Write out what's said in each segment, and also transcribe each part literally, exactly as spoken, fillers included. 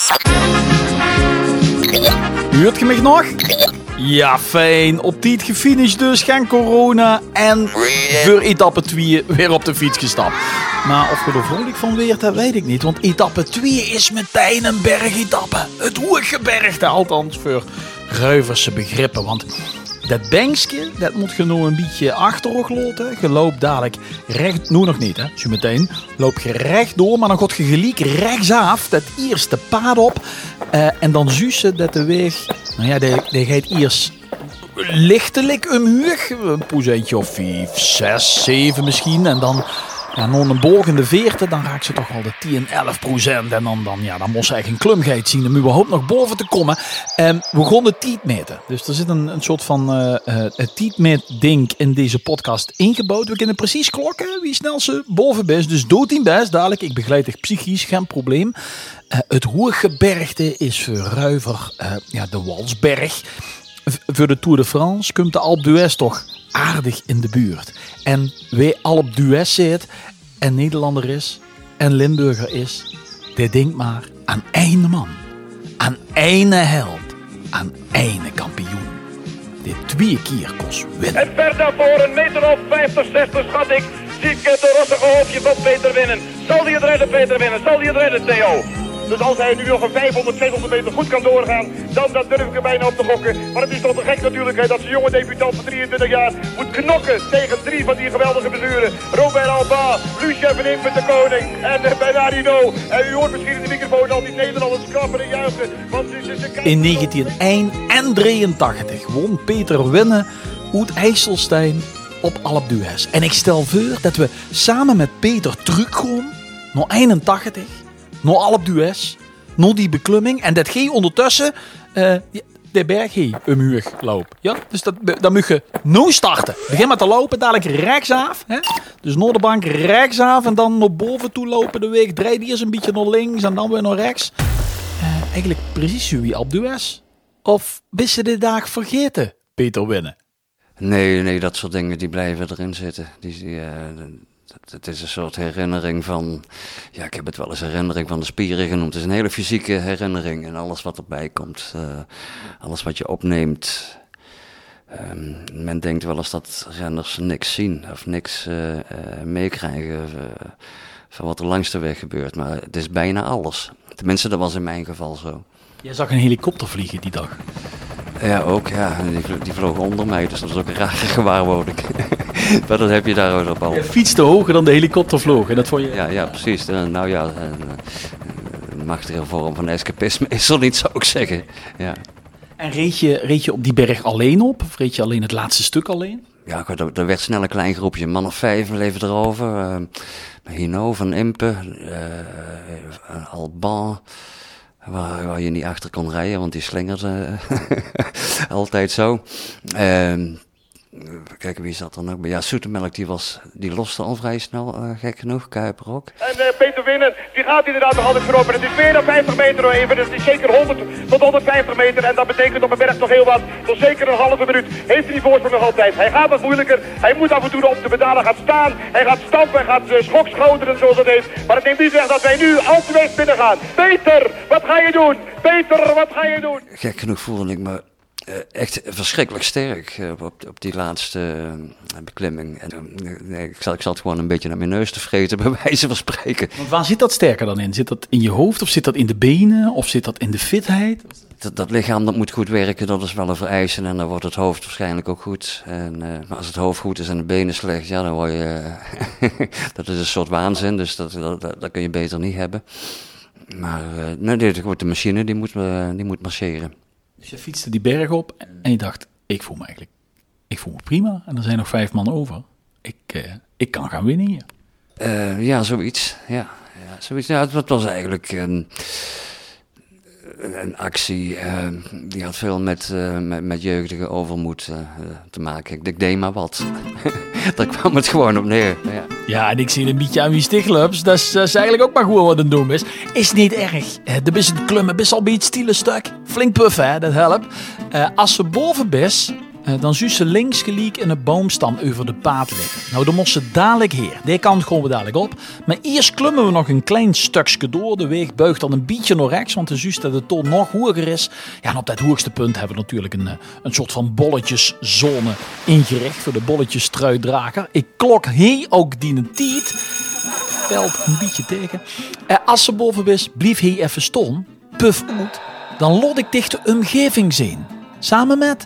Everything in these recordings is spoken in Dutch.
Huurt je mij nog? Ja, fijn. Op tijd gefinished dus, geen corona. En voor etappe twee weer op de fiets gestapt. Maar of je er vrolijk van weert, dat weet ik niet. Want etappe twee is meteen een bergetappe. Het hooggebergte, althans voor Ruiverse begrippen. Want dat bankje, dat moet je nou een beetje achterop laten. Je loopt dadelijk recht... Nu nog niet, hè. Zo meteen. Loop je rechtdoor, maar dan gaat je gelijk rechtsaf. Dat eerste pad op. Uh, en dan zussen dat de weg... Nou ja, die, die gaat eerst lichtelijk omhoog. Een procentje of vijf, zes, zeven misschien. En dan... Ja, nog een bolgende veerte, dan raakt ze toch al de tien, elf procent. En dan, dan, ja, dan moest ze eigenlijk een klumgeit zien om überhaupt nog boven te komen. En we gaan de tijd meten. Dus er zit een, een soort van uh, uh, tijdmeet-ding in deze podcast ingebouwd. We kunnen precies klokken wie snel ze boven is. Dus dood in best, dadelijk. Ik begeleid dich psychisch, geen probleem. Uh, het hooggebergte is voor Ruiver uh, ja, de Walsberg. V- voor de Tour de France komt de Alpe d'Huez toch aardig in de buurt. En wie Alpe d'Huez zit en Nederlander is en Limburger is, die denkt maar aan één man, aan één held, aan één kampioen. Die twee keer kost winnen. En ver daarvoor, een meter of vijftig, zestig schat ik, zie ik het rossige hoofdje van Peter winnen. Zal hij het redden, Peter winnen? Zal hij het redden, Theo? Dus als hij nu nog een vijfhonderd, zeshonderd meter goed kan doorgaan, dan, dan durf ik er bijna op te gokken. Maar het is toch te gek natuurlijk hè, dat zijn jonge debutant van drieëntwintig jaar moet knokken tegen drie van die geweldige besturen. Robert Alba, Lucien van Impen de Koning en uh, Bernardino. En u hoort misschien in de microfoon al die Nederlanders klappen en juichen. Want ze, ze, ze in negentien drieëntachtig won Peter Winnen uit IJsselstein op Alpe d'Huez. En ik stel voor dat we samen met Peter teruggaan naar eenentachtig. Naar Alpe d'Huez, naar die beklimming. En dat ging ondertussen uh, de berg heen omhoog lopen. Ja? Dus dat, dan moet je nu starten. Begin met te lopen, dadelijk rechtsaf. Hè? Dus naar de bank rechtsaf en dan naar boven toe lopen de weg. Draai die eens een beetje naar links en dan weer naar rechts. Uh, eigenlijk precies zoals Alpe d'Huez. Of ben je dit dag vergeten, Peter Winnen? Nee, nee, dat soort dingen die blijven erin zitten. Die, die, uh, Het is een soort herinnering van, ja, ik heb het wel eens herinnering van de spieren genoemd. Het is een hele fysieke herinnering en alles wat erbij komt, uh, alles wat je opneemt. Um, men denkt wel eens dat renners niks zien of niks uh, uh, meekrijgen uh, van wat er langs de weg gebeurt. Maar het is bijna alles. Tenminste, dat was in mijn geval zo. Jij zag een helikopter vliegen die dag. Ja, ook. Ja. Die, vlo- die vloog onder mij, dus dat was ook een rare gewaarwording. Maar dat heb je daar ook op al. Je fietste hoger dan de helikopter vloog en dat vond je... Ja, ja, precies. Uh, nou ja, een, een machtige vorm van escapisme is er niet, zou ik zeggen. Ja. En reed je, reed je op die berg alleen op? Of reed je alleen het laatste stuk alleen? Ja, er, er werd snel een klein groepje, een man of vijf bleven erover. Uh, Hino van Impen, uh, Alban... Waar, waar je niet achter kon rijden, want die slingerde altijd zo. Uh, Kijk, wie zat er nog bij? Ja, Zoetemelk, die, was, die loste al vrij snel, uh, gek genoeg. Kuiper ook. En uh, Peter Winnen, die gaat inderdaad nog altijd voorop. En het is meer dan vijftig meter nog even. Dus het is zeker honderd tot honderdvijftig meter. En dat betekent op een berg nog heel wat. Tot zeker een halve minuut heeft hij die voorsprong nog altijd. Hij gaat wat moeilijker. Hij moet af en toe op de pedalen gaan staan. Hij gaat stampen, hij gaat uh, schokschoteren zoals dat heet. Maar het neemt niet weg dat wij nu al twee binnen gaan. Peter, wat ga je doen? Peter, wat ga je doen? Gek genoeg voelde ik me Uh, echt verschrikkelijk sterk uh, op, op die laatste uh, beklimming. En, uh, nee, ik, zat, ik zat gewoon een beetje naar mijn neus te vreten, bij wijze van spreken. Want waar zit dat sterker dan in? Zit dat in je hoofd of zit dat in de benen of zit dat in de fitheid? Dat, dat lichaam dat moet goed werken, dat is wel een vereisen en dan wordt het hoofd waarschijnlijk ook goed. En, uh, maar als het hoofd goed is en de benen slecht, ja, dan word je... Uh, dat is een soort waanzin, dus dat, dat, dat, dat kun je beter niet hebben. Maar uh, nee, de machine die moet, uh, die moet marcheren. Dus je fietste die berg op en je dacht, ik voel me eigenlijk, ik voel me prima. En er zijn nog vijf man over. Ik, uh, ik kan gaan winnen hier. Uh, ja, zoiets. Ja, ja, zoiets. Ja, het, het was eigenlijk um, een actie uh, die had veel met, uh, met, met jeugdige overmoed uh, te maken. Ik, ik deed maar wat. Daar kwam het gewoon op neer. Ja, ja, en ik zie een beetje aan wie stichlups. Dat is, dat is eigenlijk ook maar gewoon wat een doen is. Is niet erg. De best klimmen, best al bij het stiele stuk. Flink puffen, hè, dat helpt. Uh, als ze boven best, Uh, dan zus ze links gelijk in een boomstam over de paad liggen. Nou, dan moest ze dadelijk heer. Die kant gaan we dadelijk op. Maar eerst klimmen we nog een klein stukje door. De weg buigt dan een beetje naar rechts, want de zus dat de toon nog hoger is. Ja, en op dat hoogste punt hebben we natuurlijk een, een soort van bolletjeszone ingericht voor de bolletjestruidrager. Ik klok hier ook die tijd. Veld een beetje tegen. Uh, als ze boven is, blijf hij even staan. Puff uit. Dan lot ik dicht de omgeving zien. Samen met...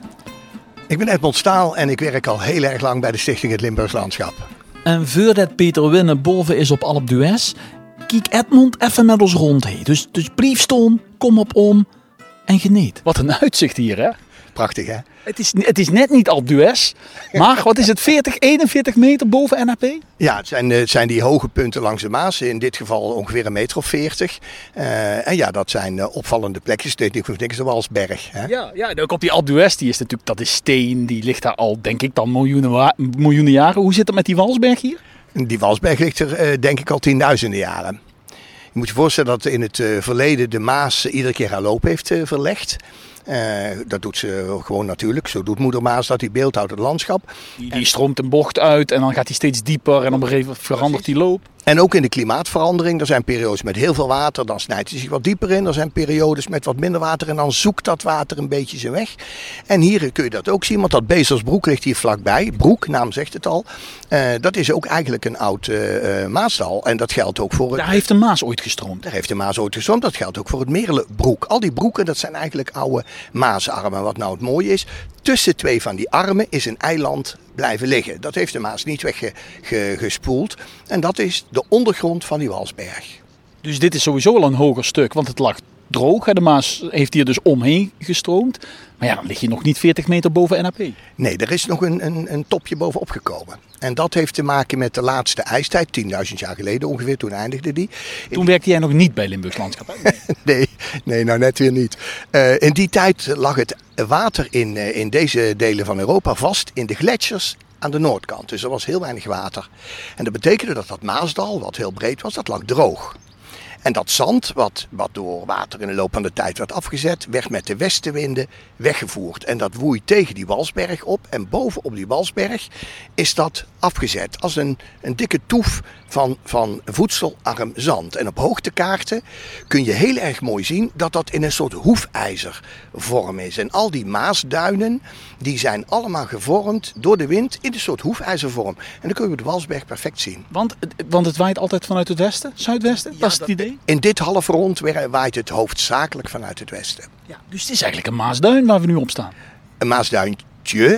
Ik ben Edmond Staal en ik werk al heel erg lang bij de Stichting Het Limburgs Landschap. En voordat Peter Winnen boven is op Alpe d'Huez, kijk Edmond even met ons rond heen. Dus, dus brief staan, kom op om en geniet. Wat een uitzicht hier, hè? Prachtig, hè? Het is, het is net niet Alpe d'Huez, maar wat is het, veertig, eenenveertig meter boven N A P? Ja, het zijn, het zijn die hoge punten langs de Maas. In dit geval ongeveer een meter of veertig. Uh, en ja, dat zijn uh, opvallende plekjes. Dit is niks de Walsberg. Hè? Ja, ja, ook op die Alpe d'Huez, die is natuurlijk, dat is steen. Die ligt daar al, denk ik, dan miljoenen, wa- miljoenen jaren. Hoe zit het met die Walsberg hier? Die Walsberg ligt er, uh, denk ik, al tienduizenden jaren. Je moet je voorstellen dat in het uh, verleden de Maas uh, iedere keer haar loop heeft uh, verlegd. Uh, dat doet ze gewoon natuurlijk. Zo doet moeder Maas dat. Die beeldhoudt het landschap. Die, die stroomt een bocht uit en dan gaat hij steeds dieper en op een gegeven moment verandert die loop. En ook in de klimaatverandering. Er zijn periodes met heel veel water. Dan snijdt hij zich wat dieper in. Er zijn periodes met wat minder water. En dan zoekt dat water een beetje zijn weg. En hier kun je dat ook zien. Want dat Bezersbroek ligt hier vlakbij. Broek, naam zegt het al. Uh, dat is ook eigenlijk een oud uh, maasdal. En dat geldt ook voor het... Daar heeft de Maas ooit gestroomd. Daar heeft de Maas ooit gestroomd. Dat geldt ook voor het Meerlebroek. Al die broeken, dat zijn eigenlijk oude maasarmen. Wat nou het mooie is... Tussen twee van die armen is een eiland blijven liggen. Dat heeft de Maas niet weggespoeld. En dat is de ondergrond van die Walsberg. Dus dit is sowieso al een hoger stuk, want het lag droog. De Maas heeft hier dus omheen gestroomd. Maar ja, dan lig je nog niet veertig meter boven N A P. Nee, er is nog een, een, een topje bovenop gekomen. En dat heeft te maken met de laatste ijstijd, tienduizend jaar geleden ongeveer, toen eindigde die. Toen werkte jij nog niet bij Limburgs Landschap? Nee, nee, nee nou net weer niet. Uh, in die tijd lag het water in, uh, in deze delen van Europa vast in de gletsjers aan de noordkant. Dus er was heel weinig water. En dat betekende dat dat Maasdal, wat heel breed was, dat lag droog. En dat zand, wat, wat door water in de loop van de tijd werd afgezet, werd met de westenwinden weggevoerd. En dat woei tegen die Walsberg op. En bovenop die Walsberg is dat afgezet als een, een dikke toef van, van voedselarm zand. En op hoogtekaarten kun je heel erg mooi zien dat dat in een soort hoefijzervorm is. En al die maasduinen, die zijn allemaal gevormd door de wind in een soort hoefijzervorm. En dan kun je de Walsberg perfect zien. Want, want het waait altijd vanuit het westen, zuidwesten? Ja, dat is het idee? In dit halfrond waait het hoofdzakelijk vanuit het westen. Ja, dus het is eigenlijk een maasduin waar we nu op staan. Een maasduintje.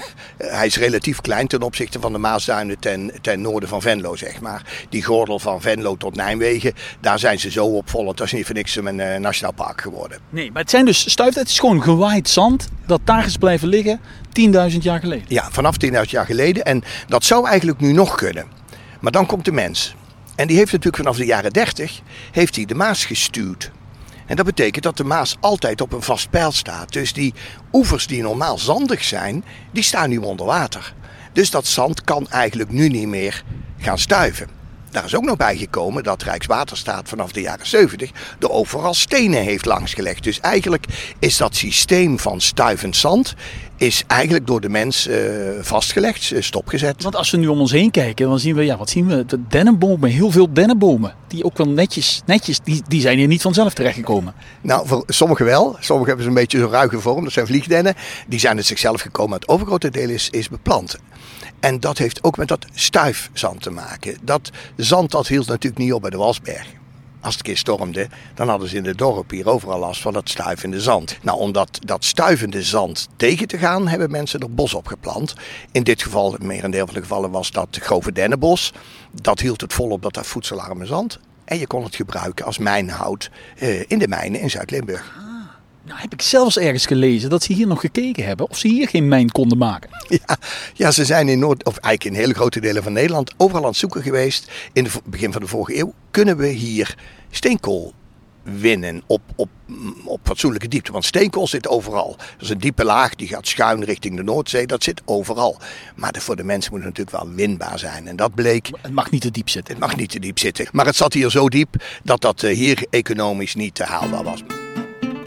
Hij is relatief klein ten opzichte van de maasduinen ten, ten noorden van Venlo, zeg maar. Die gordel van Venlo tot Nijmegen, daar zijn ze zo opvallend. Dat is niet voor niks een uh, nationaal park geworden. Nee, maar het zijn dus stuift, het is gewoon gewaaid zand dat daar is blijven liggen tienduizend jaar geleden. Ja, vanaf tienduizend jaar geleden. En dat zou eigenlijk nu nog kunnen. Maar dan komt de mens. En die heeft natuurlijk vanaf de jaren dertig heeft hij de Maas gestuurd. En dat betekent dat de Maas altijd op een vast peil staat. Dus die oevers die normaal zandig zijn, die staan nu onder water. Dus dat zand kan eigenlijk nu niet meer gaan stuiven. Daar is ook nog bijgekomen dat Rijkswaterstaat vanaf de jaren zeventig er overal stenen heeft langsgelegd. Dus eigenlijk is dat systeem van stuivend zand is eigenlijk door de mens uh, vastgelegd, uh, stopgezet. Want als we nu om ons heen kijken, dan zien we, ja, wat zien we? De dennenbomen, heel veel dennenbomen. Die ook wel netjes, netjes die, die zijn hier niet vanzelf terechtgekomen. Nou, voor sommigen wel. Sommigen hebben ze een beetje zo'n ruige vorm. Dat zijn vliegdennen. Die zijn het zichzelf gekomen. Het overgrote deel is, is beplant. En dat heeft ook met dat stuifzand te maken. Dat zand dat hield natuurlijk niet op bij de Walsberg. Als het een keer stormde, dan hadden ze in het dorp hier overal last van dat stuivende zand. Nou, om dat, dat stuivende zand tegen te gaan, hebben mensen er bos op geplant. In dit geval, het merendeel van de gevallen, was dat grove dennenbos. Dat hield het vol op dat dat voedselarme zand. En je kon het gebruiken als mijnhout uh, in de mijnen in Zuid-Limburg. Nou heb ik zelfs ergens gelezen dat ze hier nog gekeken hebben of ze hier geen mijn konden maken. Ja, ja, ze zijn in Noord, of eigenlijk in hele grote delen van Nederland overal aan het zoeken geweest. In het begin van de vorige eeuw kunnen we hier steenkool winnen op, op, op fatsoenlijke diepte. Want steenkool zit overal. Dat is een diepe laag die gaat schuin richting de Noordzee. Dat zit overal. Maar de, voor de mensen moet het natuurlijk wel winbaar zijn. En dat bleek... Het mag niet te diep zitten. Het mag niet te diep zitten. Maar het zat hier zo diep dat dat hier economisch niet te haalbaar was.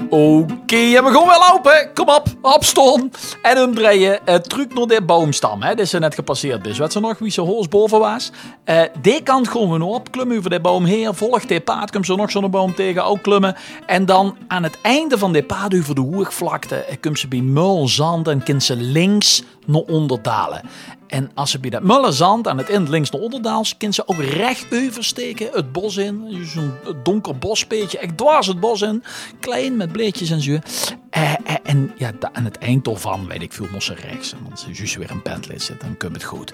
Oké, okay, we gaan wel lopen. Kom op, opstaan. En omdraaien. Uh, terug naar de boomstam. Hè. Dat is net gepasseerd. Dus weet ze nog wie ze hoors boven was? Uh, die kant gaan we nog opklimmen over de boom heen. Volgt die paard, komt ze nog zo'n boom tegen. Ook klimmen. En dan aan het einde van die paard over de hoogvlakte komt ze bij Mulzand en kan ze links naar onderdalen. En als ze bij dat Mullenzand aan het eind links naar onderdaals, kan ze ook recht oversteken het bos in. Zo'n donker bospeetje, echt dwars het bos in. Klein met bleetjes en zo. Uh, uh, en ja, aan het eind ervan, weet ik veel, moest ze rechts. En als ze juist weer een Bentley zit, dan komt het goed.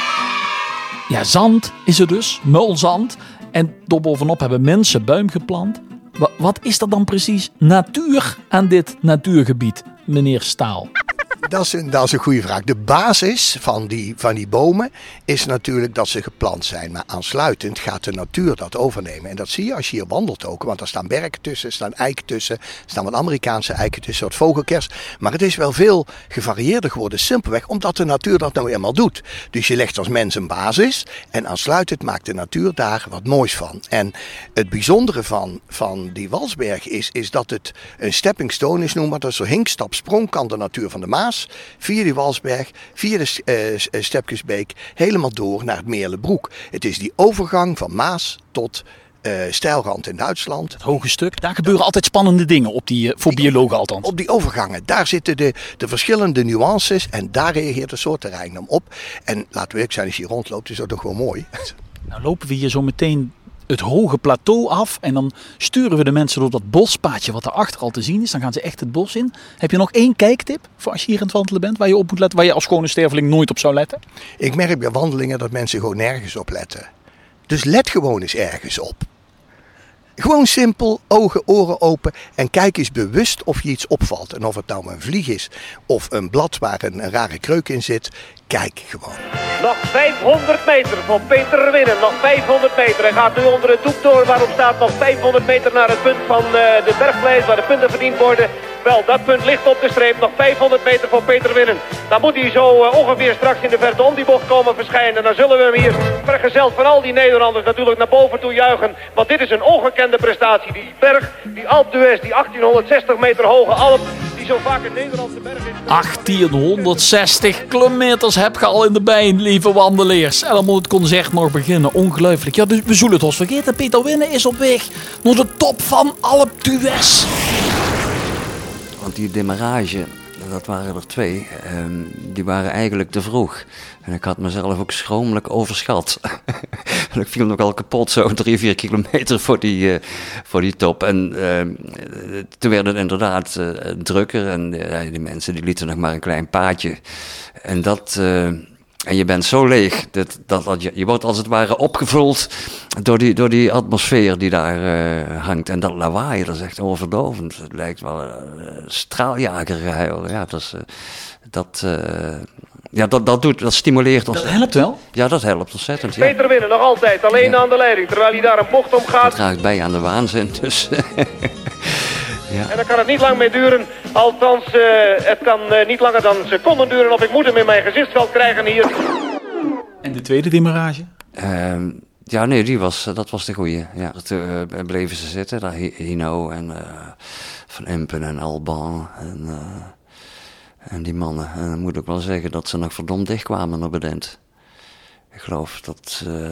Ja, zand is er dus, mulzand. En daarbovenop hebben mensen buim geplant. Wat, wat is er dan precies natuur aan dit natuurgebied, meneer Staal? Dat is, een, dat is een goede vraag. De basis van die, van die bomen is natuurlijk dat ze geplant zijn. Maar aansluitend gaat de natuur dat overnemen. En dat zie je als je hier wandelt ook. Want er staan berken tussen, er staan eiken tussen. Er staan wat Amerikaanse eiken tussen, wat vogelkers. Maar het is wel veel gevarieerder geworden. Simpelweg omdat de natuur dat nou eenmaal doet. Dus je legt als mens een basis. En aansluitend maakt de natuur daar wat moois van. En het bijzondere van, van die Walsberg is, is dat het een stepping stone is. Noem maar. Dat zo hink, stap, sprong kan de natuur van de Maas. Via die Walsberg, via de uh, Stepkesbeek, helemaal door naar het Meerlebroek. Het is die overgang van Maas tot uh, Steilrand in Duitsland. Het hoge stuk, daar gebeuren altijd spannende dingen op die, uh, voor die, biologen althans. Op die overgangen, daar zitten de, de verschillende nuances en daar reageert de soortenrijkdom op. En laten we eerlijk zijn, als je hier rondloopt, is dat toch wel mooi. Nou lopen we hier zo meteen het hoge plateau af en dan sturen we de mensen door dat bospaadje wat daarachter al te zien is. Dan gaan ze echt het bos in. Heb je nog één kijktip voor als je hier aan het wandelen bent waar je op moet letten, waar je als gewone sterveling nooit op zou letten? Ik merk bij wandelingen dat mensen gewoon nergens op letten. Dus let gewoon eens ergens op. Gewoon simpel, ogen, oren open en kijk eens bewust of je iets opvalt. En of het nou een vlieg is of een blad waar een, een rare kreuk in zit, kijk gewoon. Nog vijfhonderd meter voor Peter Winnen. Nog vijfhonderd meter. Hij gaat nu onder het doek door waarop staat nog vijfhonderd meter naar het punt van uh, de berglijst waar de punten verdiend worden. Wel, dat punt ligt op de streep. Nog vijfhonderd meter voor Peter Winnen. Dan moet hij zo uh, ongeveer straks in de verte om die bocht komen verschijnen. En dan zullen we hem hier vergezeld van al die Nederlanders natuurlijk naar boven toe juichen. Want dit is een ongekende prestatie. Die berg, die Alpe d'Huez, die achttienhonderdzestig meter hoge Alp, die zo vaak een Nederlandse berg is. achttienhonderdzestig kilometers heb je al in de been, lieve wandelaars. En dan moet het concert nog beginnen. Ongelooflijk. Ja, dus we zullen het ons vergeten. Peter Winnen is op weg naar de top van Alpe d'Huez. Want die demarrage, dat waren er twee, um, die waren eigenlijk te vroeg. En ik had mezelf ook schromelijk overschat. En ik viel nogal kapot, zo drie, vier kilometer voor die, uh, voor die top. En uh, toen werd het inderdaad uh, drukker en uh, die mensen die lieten nog maar een klein paadje. En dat... Uh, En je bent zo leeg, dat, dat, dat je, je wordt als het ware opgevuld door die, door die atmosfeer die daar uh, hangt. En dat lawaai, dat is echt overdovend. Het lijkt wel een uh, straaljagergehuil. Ja, dat, is, uh, dat, uh, ja dat, dat, doet, dat stimuleert ons. Dat helpt wel? Ja, dat helpt ontzettend. Ja. Peter Winnen nog altijd alleen ja. aan de leiding, terwijl hij daar een bocht om gaat. Dat draagt bij aan de waanzin, dus... Ja. En dan kan het niet lang meer duren. Althans, uh, het kan uh, niet langer dan seconden duren of ik moet hem in mijn gezichtsveld krijgen hier. En de tweede demarrage? Uh, ja, nee, die was, dat was de goeie. Ja. Toen uh, bleven ze zitten, daar Hino en uh, Van Impen en Alban en, uh, en die mannen. En dan moet ik wel zeggen dat ze nog verdomd dicht kwamen naar Bedent. Ik geloof dat... Uh,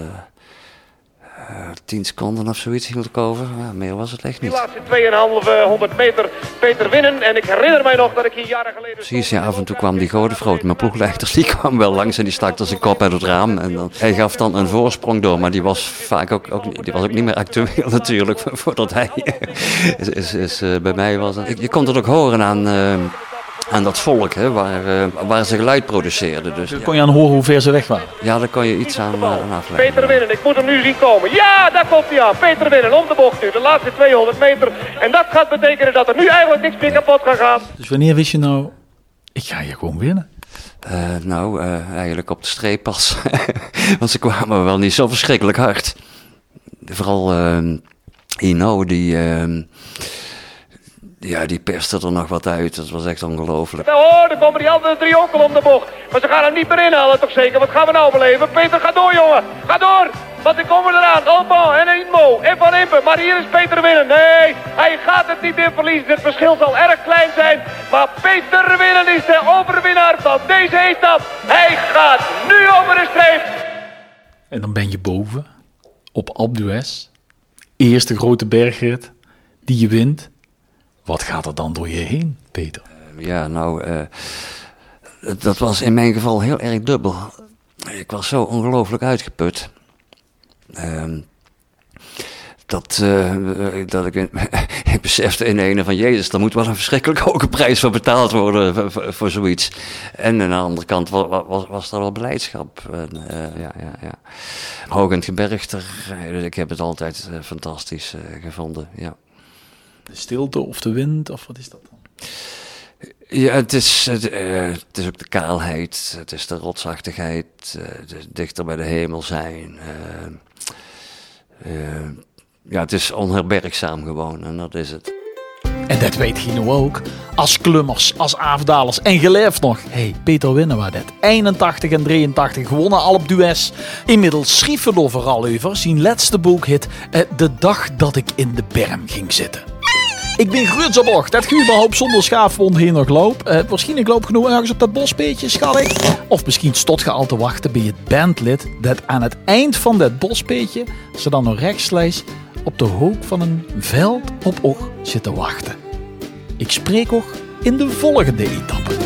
Uh, tien seconden of zoiets hield ik over. Ja, meer was het echt niet. Die laatste tweeënhalfhonderd meter Peter Winnen. En ik herinner mij nog dat ik hier jaren geleden... Precies, ja, af en toe kwam die Godefroot, mijn ploegleider, die kwam wel langs en die stak er zijn kop uit het raam. En dan, hij gaf dan een voorsprong door, maar die was vaak ook, ook, die was ook niet meer actueel natuurlijk, voordat hij... is, is, is, uh, bij mij was het... Je kon het ook horen aan... Uh, aan dat volk, hè, waar, uh, waar ze geluid produceerden. Dus, ja. Kon je aan horen hoe ver ze weg waren? Ja, daar kon je iets aan, uh, aan afleiden. Peter Winnen, ik moet hem nu zien komen. Ja, daar komt hij aan. Peter Winnen, om de bocht nu. De laatste tweehonderd meter. En dat gaat betekenen dat er nu eigenlijk niks meer kapot gaat gaan. Dus wanneer wist je nou, ik ga hier gewoon winnen? Uh, nou, uh, eigenlijk op de streep pas. Want ze kwamen wel niet zo verschrikkelijk hard. Vooral uh, Hino, die... Uh, Ja, die perste er nog wat uit. Dat was echt ongelooflijk. Nou hoor, dan komen die andere drie onkel om de bocht. Maar ze gaan hem niet meer inhalen, toch zeker? Wat gaan we nou beleven? Peter, ga door, jongen. Ga door. Want die komen eraan. Alban en Inmo en Van Impe. Maar hier is Peter Winnen. Nee, hij gaat het niet meer verliezen. Het verschil zal erg klein zijn. Maar Peter Winnen is de overwinnaar van deze etappe. Hij gaat nu over de streep. En dan ben je boven op Alpe d'Huez. Eerste grote bergrit die je wint. Wat gaat er dan door je heen, Peter? Ja, nou, uh, dat was in mijn geval heel erg dubbel. Ik was zo ongelooflijk uitgeput. Uh, dat, uh, dat ik, ik besefte in een van Jezus, er moet wel een verschrikkelijk hoge prijs voor betaald worden voor, voor, voor zoiets. En aan de andere kant was, was, was er wel blijdschap. En, uh, ja, ja, ja. Hoog in het gebergte, ik heb het altijd uh, fantastisch uh, gevonden, ja. De stilte of de wind, of wat is dat dan? Ja, het is, het, uh, het is ook de kaalheid, het is de rotsachtigheid, uh, het is dichter bij de hemel zijn. Uh, uh, ja, het is onherbergzaam gewoon en dat is het. En dat weet je nu ook. Als klummers, als afdalers en geleefd nog. Hey, Peter Winnen was dit. eenentachtig en drieëntachtig gewonnen Alpe d'Huez. Inmiddels schreef we overal over. Zijn laatste boekhit. Uh, de dag dat ik in de berm ging zitten. Ik ben grutselboch. Dat je überhaupt zonder schaafwond hier nog loop. Uh, waarschijnlijk loop genoeg ergens op dat bospeetje, schat ik. Of misschien stot je al te wachten bij het bandlid dat aan het eind van dat bospeetje ze dan nog rechtslijst op de hoek van een veld op oog zit te wachten. Ik spreek ook in de volgende etappe.